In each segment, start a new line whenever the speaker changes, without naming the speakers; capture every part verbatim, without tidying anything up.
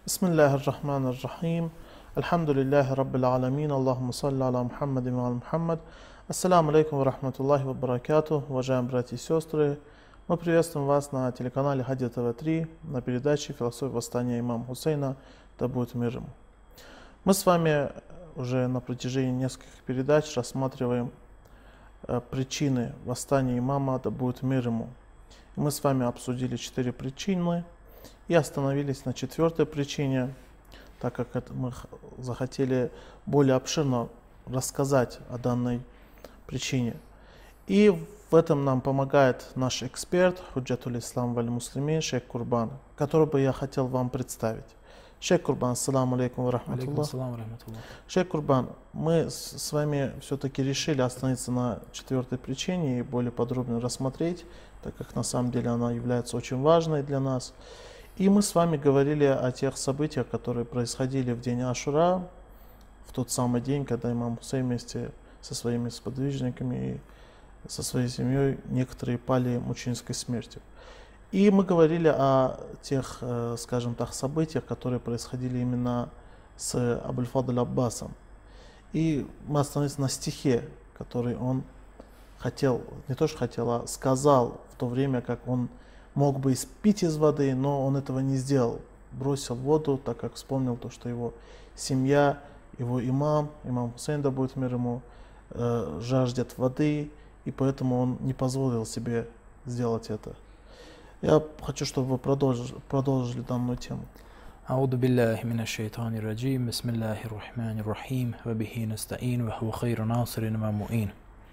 بسم الله الرحمن الرحيم الحمد لله رب العالمين اللهم صل على محمد وعلى محمد. Ассаламу алейкум ва рахматуллахи ва баракату. Уважаемые братья и сестры, мы приветствуем вас на телеканале Хади ТВ три на передаче «Философия восстания имама Хусейна, да будет мир ему». Мы с вами уже на протяжении нескольких передач рассматриваем причины восстания имама, да будет мир ему. Мы с вами обсудили четыре причины и остановились на четвертой причине, так как это мы захотели более обширно рассказать о данной причине. И в этом нам помогает наш эксперт, Худжатуль Ислам валь Муслимин, шейх Курбан, которого бы я хотел вам представить. Шейх Курбан, ассаламу алейкум ва рахматуллах. Шейх Курбан, мы с вами все-таки решили остановиться на четвертой причине и более подробно рассмотреть, так как на самом деле она является очень важной для нас. И мы с вами говорили о тех событиях, которые происходили в день Ашура, в тот самый день, когда имам Хусейн вместе со своими сподвижниками и со своей семьей некоторые пали мученической смертью. И мы говорили о тех, скажем так, событиях, которые происходили именно с Абуль-Фадль Аббасом. И мы остановились на стихе, который он хотел, не то что хотел, а сказал в то время, как он мог бы испить из воды, но он этого не сделал. Бросил в воду, так как вспомнил то, что его семья, его имам, имам Хусейн, да будет мир ему, э, жаждет воды, и поэтому он не позволил себе сделать это. Я хочу, чтобы вы продолжили, продолжили данную тему.
أعوذ بالله من الشيطان الرجيم بسم الله الرحمن الرحيم وبه نستعين وهو خير ناصر ومعين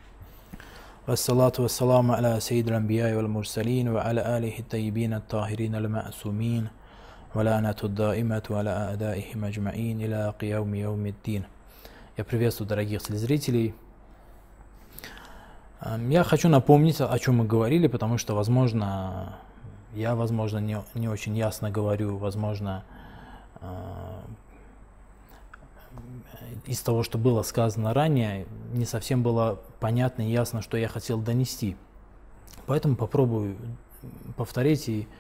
والصلاة والسلام على سيد الأنبياء والمرسلين وعلى آله الطيبين الطاهرين المعصومين ولعنة الدائمة على أعدائهم أجمعين إلى قيام يوم الدين. Я приветствую дорогих телезрителей. Я хочу напомнить, о чем мы говорили, потому что, возможно, я, возможно, не, не очень ясно говорю, возможно, из того, что было сказано ранее, не совсем было понятно и ясно, что я хотел донести. Поэтому попробую повторить и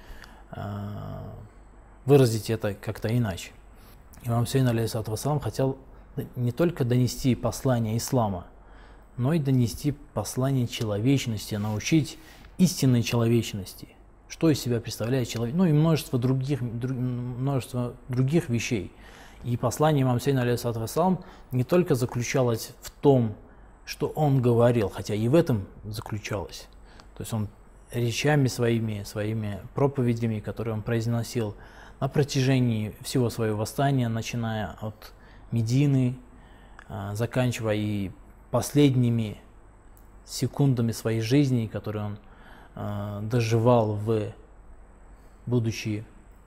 выразить это как-то иначе. Имам Хусейн, алейхиссалату вассалам, хотел не только донести послание ислама, но и донести послание человечности, научить истинной человечности, что из себя представляет человек, ну и множество других, друг, множество других вещей. И послание имама Хусейна, алейхиссалату вассалам, не только заключалось в том, что он говорил, хотя и в этом заключалось. То есть он речами своими, своими проповедями, которые он произносил на протяжении всего своего восстания, начиная от Медины, заканчивая и последними секундами своей жизни, которые он э, доживал в, будучи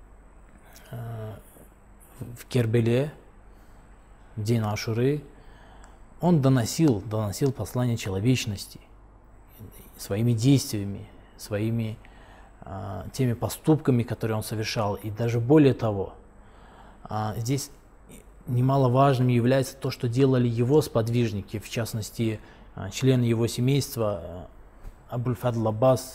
э, в Кербеле, в день Ашуры, он доносил, доносил послание человечности своими действиями, своими э, теми поступками, которые он совершал. И даже более того, э, здесь немаловажным является то, что делали его сподвижники, в частности, члены его семейства, Абуль-Фадль Аббас,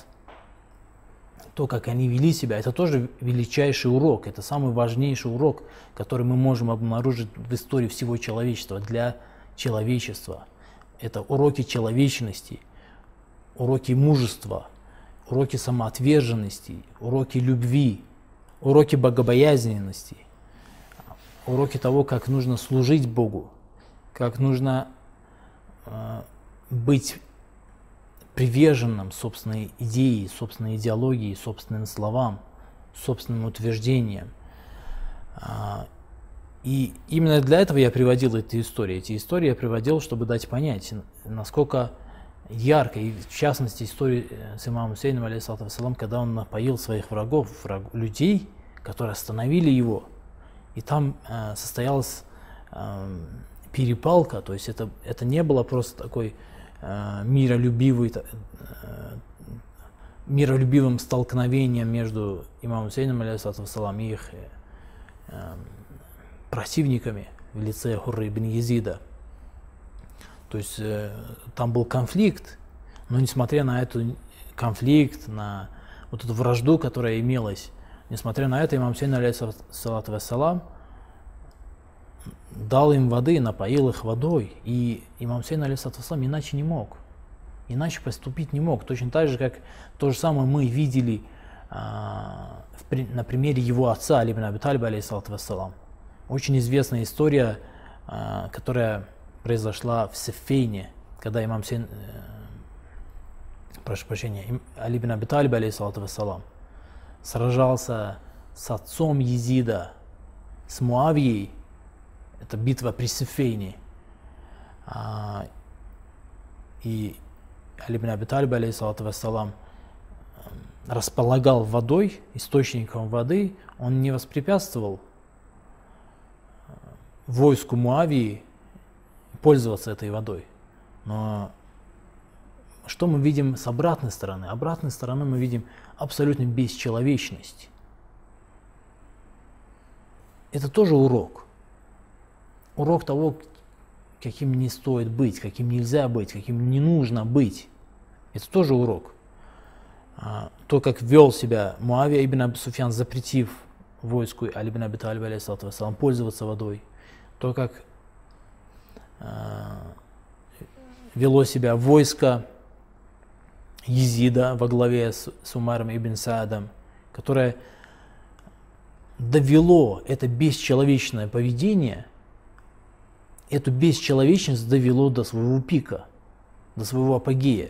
то, как они вели себя, это тоже величайший урок, это самый важнейший урок, который мы можем обнаружить в истории всего человечества, для человечества. Это уроки человечности, уроки мужества, уроки самоотверженности, уроки любви, уроки богобоязненности. Уроки того, как нужно служить Богу, как нужно э, быть приверженным собственной идее, собственной идеологии, собственным словам, собственным утверждениям. Э, и именно для этого я приводил эти истории. Эти истории я приводил, чтобы дать понять, насколько ярко, и в частности история с имамом Хусейном, алейхиссалату вассалам, когда он напоил своих врагов, враг, людей, которые остановили его. И там э, состоялась э, перепалка, то есть это, это не было просто такой э, миролюбивый, э, миролюбивым столкновением между имамом Хусейном, алейхиссалату вассалам, и их э, противниками в лице Хурры ибн Язида. То есть э, там был конфликт, но несмотря на этот конфликт, на вот эту вражду, которая имелась несмотря на это, имам Хусейн, алейхиссалату вассалам, дал им воды, напоил их водой. И имам Хусейн, алейхиссалату вассалам, иначе не мог. Иначе поступить не мог. Точно так же, как то же самое мы видели а, в, на примере его отца, Али ибн Аби Талиба, алейхиссалату вассалам. Очень известная история, а, которая произошла в Сиффейне, когда имам Хусейн, э, прошу прощения, Али ибн Аби Талиб, алейхиссалату вассалам, сражался с отцом Езида, с Муавией. Это битва при Сиффейне. А, и Али ибн Аби Талиб, алейхиссалату вассалам, располагал водой, источником воды. Он не воспрепятствовал войску Муавии пользоваться этой водой. Но что мы видим с обратной стороны? Обратной стороны мы видим абсолютно бесчеловечность. Это тоже урок. Урок того, каким не стоит быть, каким нельзя быть, каким не нужно быть. Это тоже урок. То, как вел себя Муавия ибн Аби Суфьян, запретив войску Али ибн Аби Талиба, алейхиссалату вассалам, пользоваться водой. То, как вело себя войско Езида во главе с, с Умаром ибн Саадом, которое довело это бесчеловечное поведение, эту бесчеловечность довело до своего пика, до своего апогея.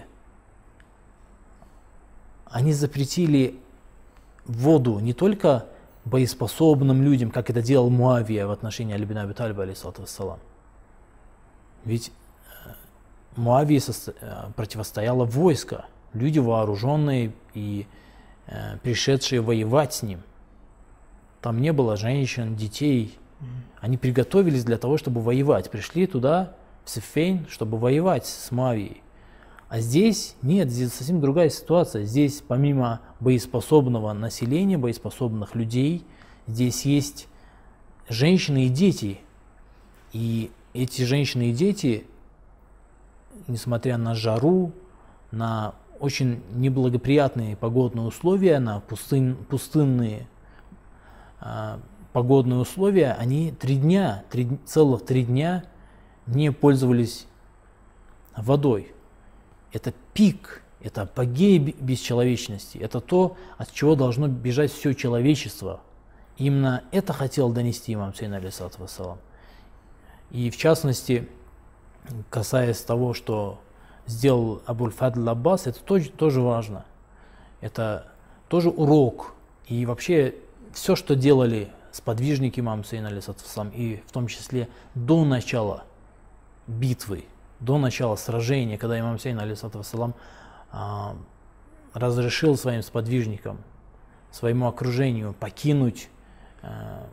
Они запретили воду не только боеспособным людям, как это делал Муавия в отношении Али ибн Аби Талиба, алейхиссалату вассалам. Ведь Муавии противостояло войско, люди вооруженные и э, пришедшие воевать с ним. Там не было женщин, детей. Они приготовились для того, чтобы воевать. Пришли туда, в Сиффейн, чтобы воевать с Муавией. А здесь нет, здесь совсем другая ситуация. Здесь помимо боеспособного населения, боеспособных людей, здесь есть женщины и дети. И эти женщины и дети, несмотря на жару, на очень неблагоприятные погодные условия, на пустын, пустынные э, погодные условия, они три дня, три, целых три дня не пользовались водой. Это пик, это апогей бесчеловечности, это то, от чего должно бежать все человечество. Именно это хотел донести имам Хусейн, алейхиссалату вассалам. И в частности, касаясь того, что сделал Абуль-Фадл Аббас, это тоже, тоже важно. Это тоже урок. И вообще все, что делали сподвижники имама Хусейна, алейхиссалату вассалам, и в том числе до начала битвы, до начала сражения, когда имам Хусейн, алейхиссалату вассалам, а, разрешил своим сподвижникам, своему окружению покинуть а,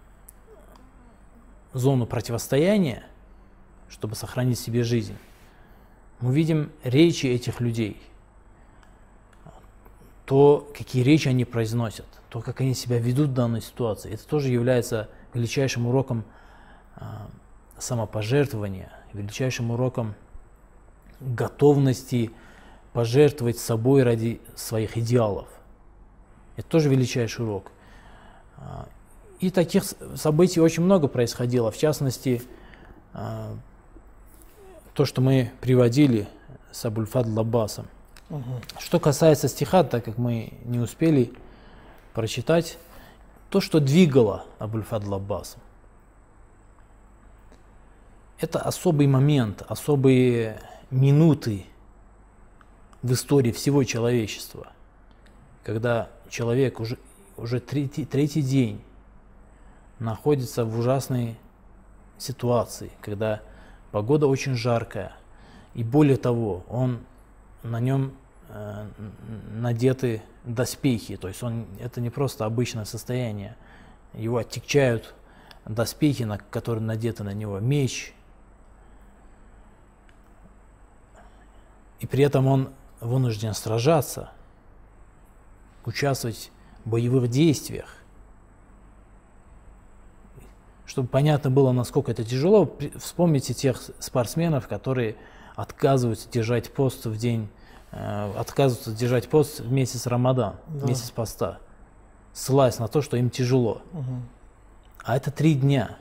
зону противостояния, чтобы сохранить себе жизнь. Мы видим речи этих людей, то, какие речи они произносят, то, как они себя ведут в данной ситуации. Это тоже является величайшим уроком а, самопожертвования, величайшим уроком готовности пожертвовать собой ради своих идеалов. Это тоже величайший урок. И таких событий очень много происходило. В частности, то, что мы приводили с Абуль-Фадл Аббасом. Угу. Что касается стиха, так как мы не успели прочитать, то, что двигало Абуль-Фадл Аббасом, это особый момент, особые минуты в истории всего человечества, когда человек уже, уже третий, третий день находится в ужасной ситуации, когда погода очень жаркая, и более того, он, на нем э, надеты доспехи, то есть он, это не просто обычное состояние, его оттекчают доспехи, на которые надеты на него, меч, и при этом он вынужден сражаться, участвовать в боевых действиях. Чтобы понятно было, насколько это тяжело, вспомните тех спортсменов, которые отказываются держать пост в день, э, отказываются держать пост в месяц Рамадан, да. месяц поста. ссылаясь на то, что им тяжело.
Угу.
А это три дня.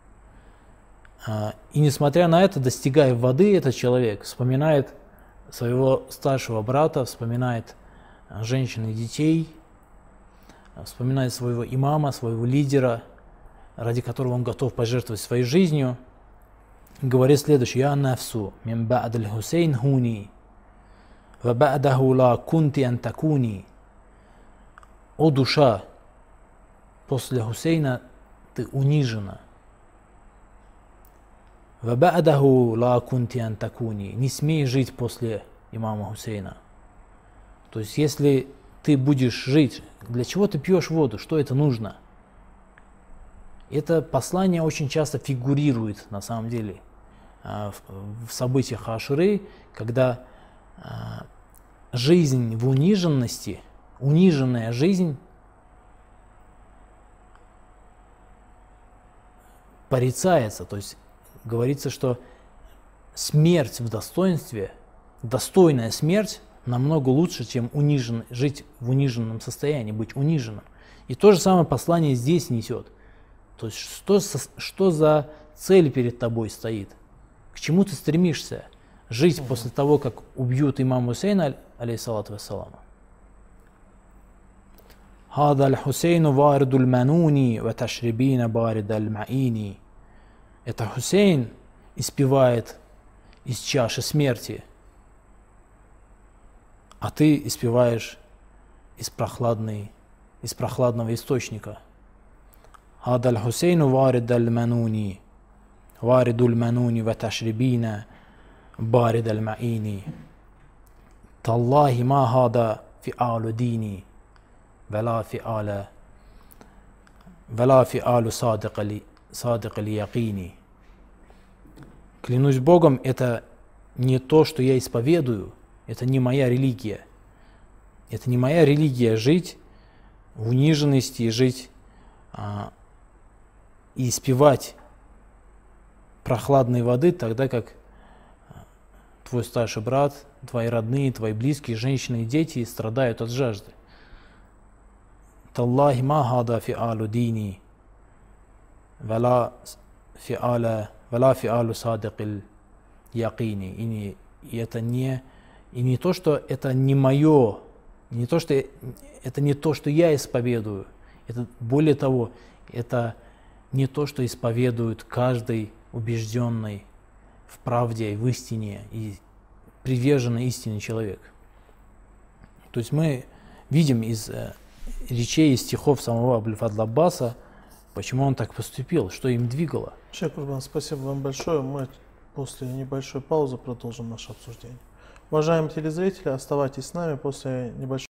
И несмотря на это, достигая воды, этот человек вспоминает своего старшего брата, вспоминает женщин и детей, вспоминает своего имама, своего лидера, ради которого он готов пожертвовать своей жизнью. Говорит следующее: «Я нафсу мин ба'д аль-Хусейн хуни, ва ба'даху ла кунти ан такуни». О душа, после Хусейна ты унижена. «Ва ба'даху ла кунти ан такуни». Не смей жить после имама Хусейна. То есть, если ты будешь жить, для чего ты пьешь воду, что это нужно? Это послание очень часто фигурирует, на самом деле, в событиях Ашуры, когда жизнь в униженности, униженная жизнь порицается. То есть говорится, что смерть в достоинстве, достойная смерть намного лучше, чем унижен, жить в униженном состоянии, быть униженным. И то же самое послание здесь несет. То есть что, что за цель перед тобой стоит? К чему ты стремишься? Жить угу. после того, как убьют имама Хусейна, алейхиссалату вассалама. «Хада аль-Хусейну вариду аль-мануни ва ташрибина барида аль-маини». Это Хусейн испевает из чаши смерти, а ты испеваешь из, прохладной, из прохладного источника. «Хада аль-Хусейну вариду аль-мануни вариду аль-мануни ва ташрибина барида аль-маини. Таллахи ма хада фи'алу дини вала фи'ала вала фи'алу садик аль-яқини». Клянусь Богом, это не то, что я исповедую, это не моя религия. Это не моя религия жить в униженности, жить а, и испевать прохладной воды, тогда как твой старший брат, твои родные, твои близкие, женщины и дети страдают от жажды. Таллахи ма хада фи'алу дини вала фи'ала вала фи'алу садик аль-яқини. И это не и не то, что это не мое, не то, что это не то, что я исповедую. Это более того, это не то, что исповедует каждый убежденный в правде и в истине и приверженный истине человек. То есть мы видим из э, речей и стихов самого Абуль-Фадла Аббаса, почему он так поступил, что им двигало.
Шейх Курбан, спасибо вам большое. Мы после небольшой паузы продолжим наше обсуждение. Уважаемые телезрители, оставайтесь с нами после небольшой.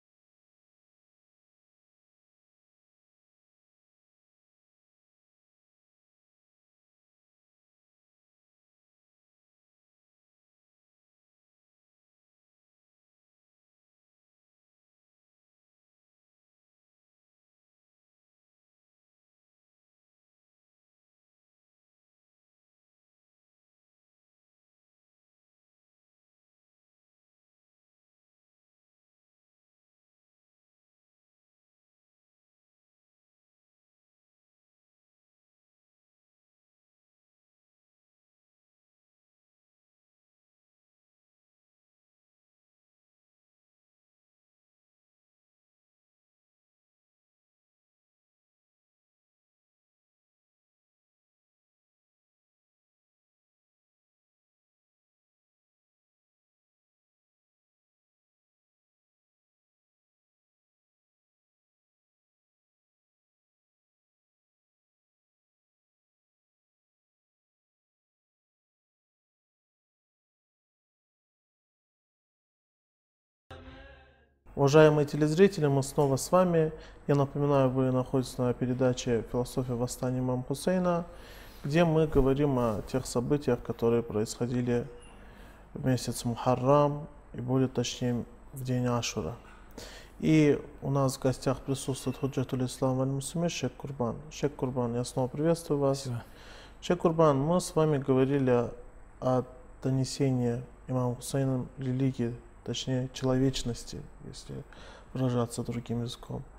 Уважаемые телезрители, мы снова с вами. Я напоминаю, вы находитесь на передаче «Философия восстания имама Хусейна», где мы говорим о тех событиях, которые происходили в месяц Мухаррам, и более точнее в день Ашура. И у нас в гостях присутствует Худжатуль Ислам аль-Мусумир Шейх Курбан. Шейх Курбан, я снова приветствую вас. Спасибо. Шейх Курбан, мы с вами говорили о донесении имама Хусейна религии, точнее человечности, если выражаться другим языком.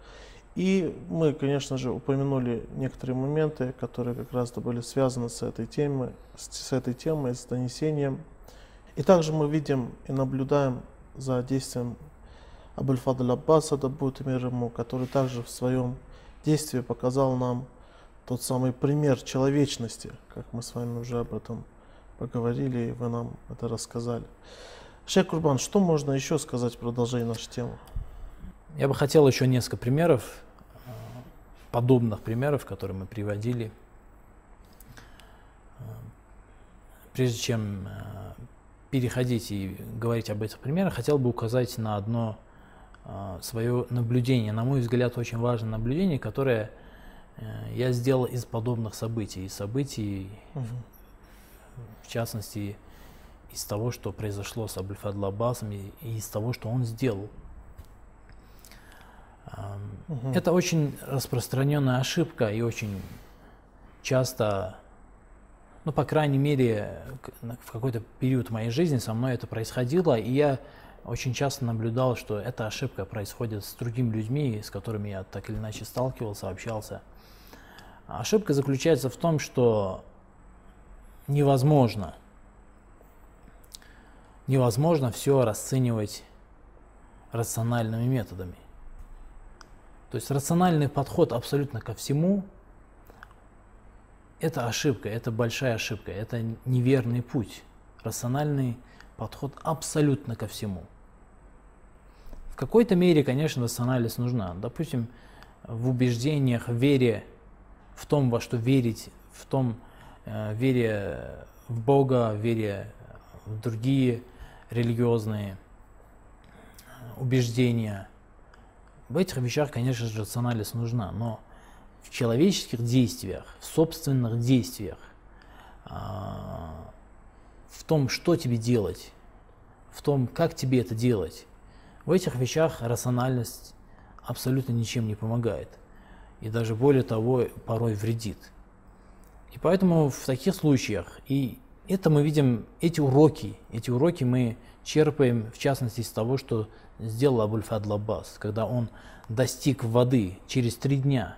И мы, конечно же, упомянули некоторые моменты, которые как раз были связаны с этой темой, с этой темой, с донесением. И также мы видим и наблюдаем за действием Абуль-Фадл Аббаса, да будет мир ему, который также в своем действии показал нам тот самый пример человечности, как мы с вами уже об этом поговорили, и вы нам это рассказали. Шейх Курбан, что можно еще сказать в продолжении нашей темы?
Я бы хотел еще несколько примеров, подобных примеров, которые мы приводили. Прежде чем переходить и говорить об этих примерах, хотел бы указать на одно свое наблюдение, на мой взгляд, очень важное наблюдение, которое я сделал из подобных событий, из событий, угу. в частности, из того, что произошло с Абуль-Фадлом Аббасом и из того, что он сделал. Угу. Это очень распространенная ошибка и очень часто, ну, по крайней мере, в какой-то период моей жизни со мной это происходило, и я очень часто наблюдал, что эта ошибка происходит с другими людьми, с которыми я так или иначе сталкивался, общался. Ошибка заключается в том, что невозможно, невозможно все расценивать рациональными методами. То есть рациональный подход абсолютно ко всему – это ошибка, это большая ошибка, это неверный путь. Рациональный подход абсолютно ко всему. В какой-то мере, конечно, рациональность нужна. Допустим, в убеждениях, в вере, в том, во что верить, в том, э, вере в Бога, вере в другие религиозные убеждения. В этих вещах, конечно же, рациональность нужна, но в человеческих действиях, в собственных действиях, э, в том, что тебе делать, в том, как тебе это делать, в этих вещах рациональность абсолютно ничем не помогает. И даже более того, порой вредит. И поэтому в таких случаях, и это мы видим, эти уроки, эти уроки мы черпаем, в частности, из того, что сделал Абуль-Фадл Аббас, когда он достиг воды через три дня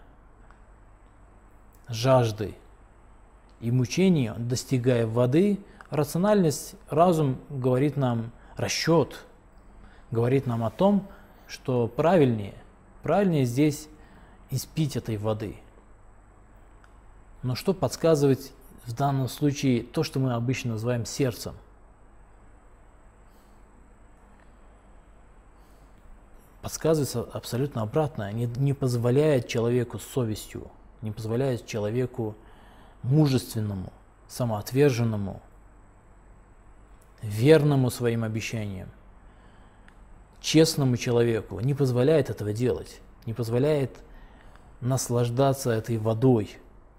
жажды и мучений, достигая воды. Рациональность, разум говорит нам, расчет говорит нам о том, что правильнее, правильнее здесь испить этой воды. Но что подсказывает в данном случае то, что мы обычно называем сердцем? Подсказывается абсолютно обратное, не, не позволяет человеку с совестью, не позволяет человеку мужественному, самоотверженному, верному своим обещаниям, честному человеку, не позволяет этого делать, не позволяет наслаждаться этой водой,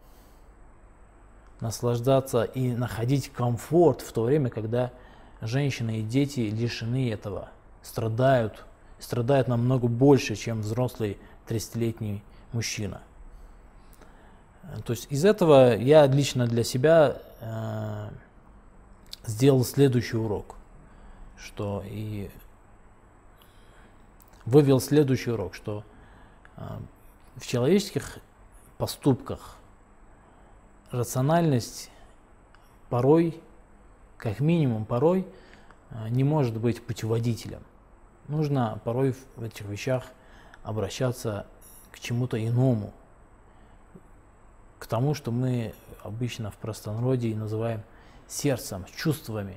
наслаждаться и находить комфорт в то время, когда женщины и дети лишены этого, страдают, страдают намного больше, чем взрослый тридцатилетний мужчина. То есть из этого я лично для себя э, сделал следующий урок, что и вывел следующий урок, что э, в человеческих поступках рациональность порой, как минимум порой, э, не может быть путеводителем. Нужно порой в этих вещах обращаться к чему-то иному, к тому, что мы обычно в простонародье называем сердцем, чувствами.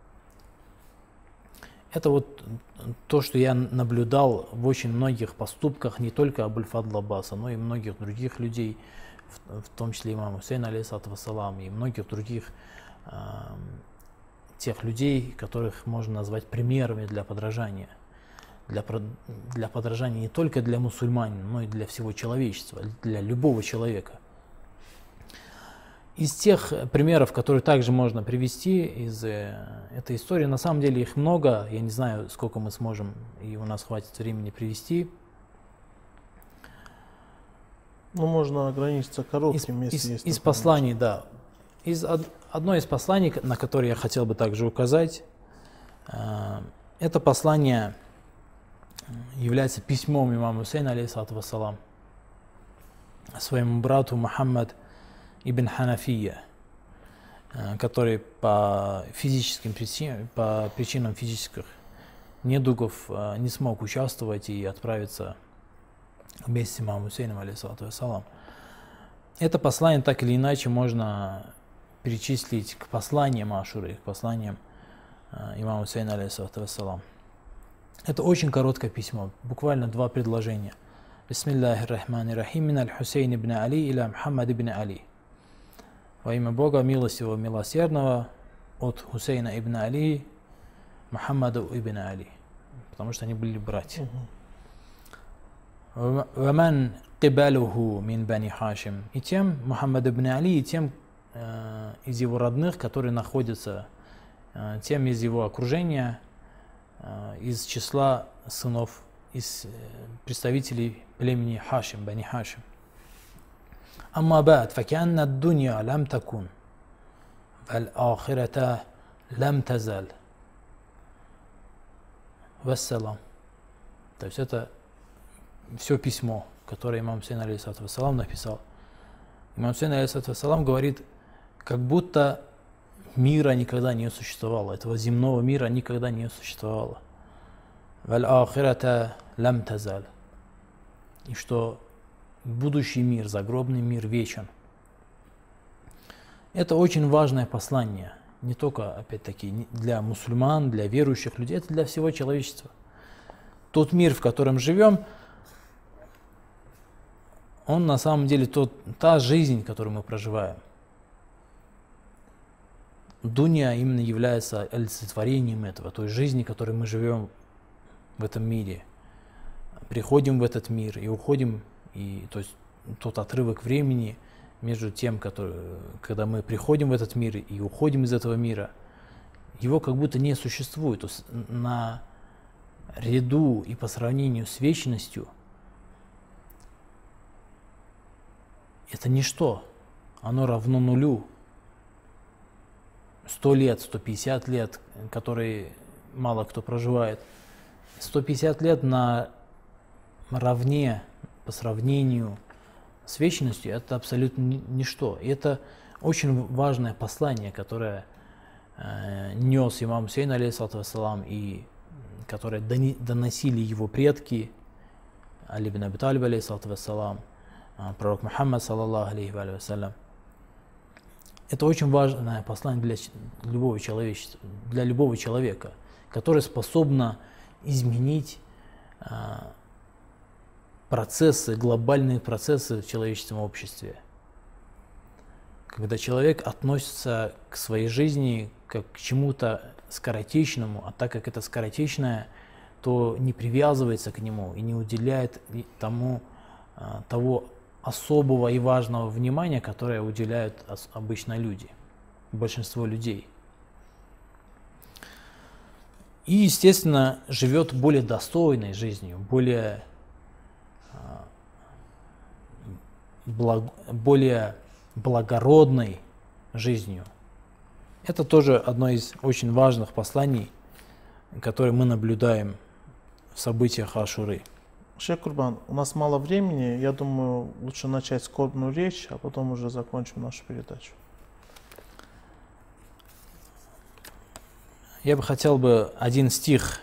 Это вот то, что я наблюдал в очень многих поступках не только Абуль-Фадла Аббаса, но и многих других людей, в, в том числе имама Хусейна, алейхиссалату вассалам, и многих других э, тех людей, которых можно назвать примерами для подражания. Для, для подражания не только для мусульман, но и для всего человечества, для любого человека. Из тех примеров, которые также можно привести из э, этой истории, на самом деле их много, я не знаю, сколько мы сможем, и у нас хватит времени привести.
Ну, можно ограничиться коротким,
из,
если
из,
есть.
Из посланий, да. Из, од, одно из посланий, на которое я хотел бы также указать, э, это послание является письмом имама Хусейна, алейхиссалату вассалам. своему брату Мухаммад ибн Ханафия, который по физическим причинам, по причинам физических недугов не смог участвовать и отправиться вместе с имамом Хусейном, алейхиссалату вассалам. Это послание так или иначе можно перечислить к посланиям Ашуры, к посланиям имама Хусейна, алейхиссалату вассалам. Это очень короткое письмо, буквально два предложения. Бисмиллахи рахмани рахим, мин аль-Хусейн ибн Али иля Мухаммад ибн Али. Во имя Бога, милостивого, милосердного, от Хусейна ибн Али, Мухаммаду ибн Али. Потому что они были братья. Ваман кибалуху мин бани Хашим. И тем, Мухаммад ибн Али, и тем э, из его родных, которые находятся, э, тем из его окружения, э, из числа сынов, из э, представителей племени Хашим, бани Хашим. أما بعد فكأن الدنيا لم تكن والآخرة لم تزل والسلام. То есть это все письмо, которое имам Хусейн, алейхиссалату вассалам, написал. Имам Хусейн, алейхиссалату вассалам, говорит, как будто мира никогда не существовало, этого земного мира никогда не существовало. والآخرة لم تزل. И что будущий мир, загробный мир вечен. Это очень важное послание, не только, опять-таки, для мусульман, для верующих людей, это для всего человечества. Тот мир, в котором живем, он на самом деле тот, та жизнь, которую мы проживаем. Дунья именно является олицетворением этого, той жизни, которой мы живем в этом мире. Приходим в этот мир и уходим. И то есть тот отрывок времени между тем, который, когда мы приходим в этот мир и уходим из этого мира, его как будто не существует. То есть на ряду и по сравнению с вечностью это ничто. Оно равно нулю. Сто лет, сто пятьдесят лет, которые мало кто проживает. Сто пятьдесят лет на равне по сравнению с вечностью, это абсолютно ничто. И это очень важное послание, которое э, нес имам Хусейн, алейхиссалату вассалам, и которое дони, доносили его предки, Али ибн Аби Талиб, алейхиссалату вассалам, э, пророк Мухаммад, саллаллаху алейхи ва вассалям. Это очень важное послание для любого человечества, для любого человека, которое способно изменить э, процессы, глобальные процессы в человеческом обществе. Когда человек относится к своей жизни как к чему-то скоротечному, а так как это скоротечное, то не привязывается к нему и не уделяет тому а, того особого и важного внимания, которое уделяют обычно люди, большинство людей. И, естественно, живет более достойной жизнью, более Благ, более благородной жизнью. Это тоже одно из очень важных посланий, которые мы наблюдаем в событиях Ашуры.
Шейх Курбан, у нас мало времени, я думаю, лучше начать скорбную речь, а потом уже закончим нашу передачу.
Я бы хотел бы один стих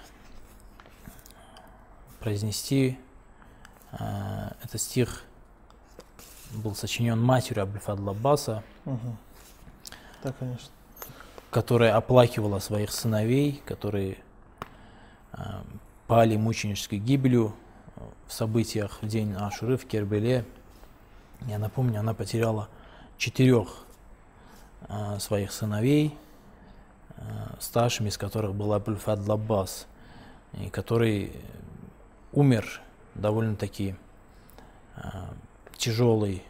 произнести. Это стих был сочинен матерью Абуль-Фадла Аббаса,
угу. Да, конечно.
которая оплакивала своих сыновей, которые э, пали мученической гибелью в событиях в день Ашуры в Кербеле. Я напомню, она потеряла четырех э, своих сыновей, э, старшим из которых был Абуль-Фадл Аббас, и который умер довольно-таки э, тяжелой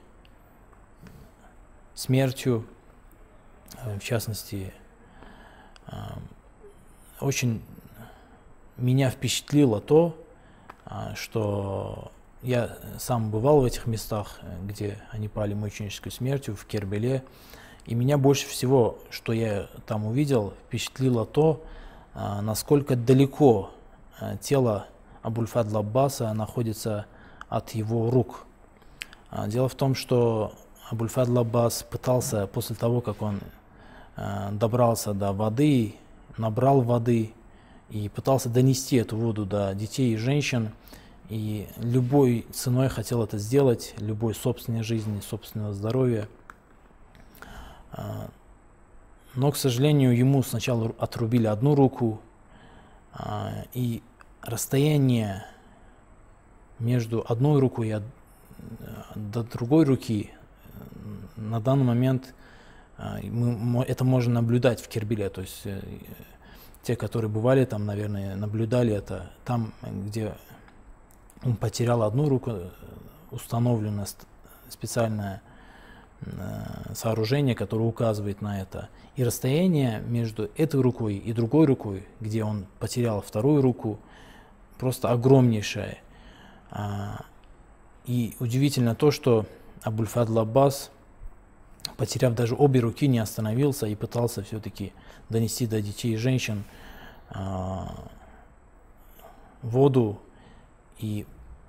смертью. В частности, э, очень меня впечатлило то, э, что я сам бывал в этих местах, где они пали мученической смертью, в Кербеле, и меня больше всего, что я там увидел, впечатлило то, э, насколько далеко э, тело Абуль-Фадла Аббаса находится от его рук. А, Дело в том, что Абуль-Фадл Аббас пытался, после того, как он э, добрался до воды, набрал воды и пытался донести эту воду до детей и женщин, и любой ценой хотел это сделать, любой собственной жизни, собственного здоровья. А, но, к сожалению, ему сначала отрубили одну руку, а, и расстояние между одной рукой и од... до другой руки на данный момент мы, это можно наблюдать в Кербеле. То есть те, которые бывали там, наверное, наблюдали это. Там, где он потерял одну руку, установлено специальное сооружение, которое указывает на это. И расстояние между этой рукой и другой рукой, где он потерял вторую руку, просто огромнейшее. И удивительно то, что Абуль-Фадл Аббас, потеряв даже обе руки, не остановился и пытался все-таки донести до детей и женщин а, воду, и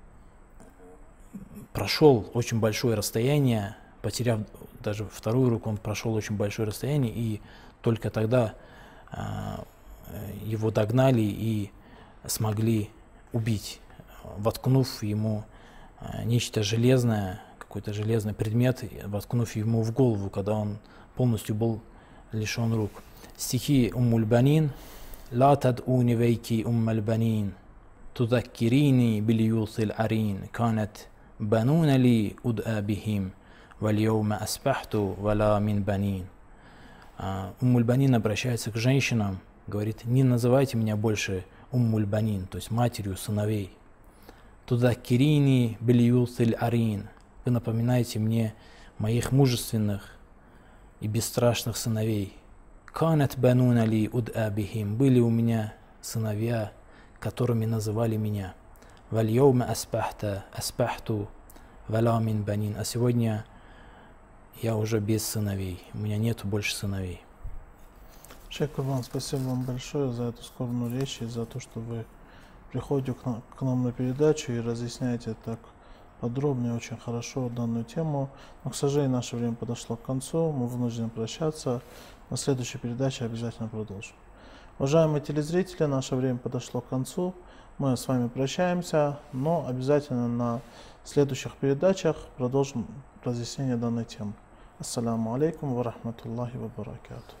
прошел очень большое расстояние, потеряв даже вторую руку, он прошел очень большое расстояние, и только тогда а, его догнали и смогли убить, воткнув ему а, нечто железное, какой-то железный предмет, воткнув ему в голову, когда он полностью был лишен рук. Стихи Уммуль Банин. «Ла тад'уни вейки Уммуль Банин, тудаккирини бильютил арин, канат бануна ли уд'a бихим, вальйоума аспахту вала мин банин». Уммуль Банин обращается к женщинам, говорит: не называйте меня больше Уммуль Банин, то есть матерью сыновей. Тудаккирини бильютил арин. Вы напоминаете мне моих мужественных и бесстрашных сыновей. Канат бануна ли уд'a бихим. Были у меня сыновья, которыми называли меня. Вальйоума аспахта аспахту вала мин банин. А сегодня я уже без сыновей. У меня нету больше сыновей.
Шейх Курбан, спасибо вам большое за эту скорбную речь и за то, что вы приходите к нам, к нам на передачу и разъясняете так подробно и очень хорошо данную тему. Но, к сожалению, наше время подошло к концу. Мы вынуждены прощаться. На следующей передаче обязательно продолжим. Уважаемые телезрители, наше время подошло к концу. Мы с вами прощаемся, но обязательно на следующих передачах продолжим разъяснение данной темы. Ассаламу алейкум ва рахматуллахи ва баракату.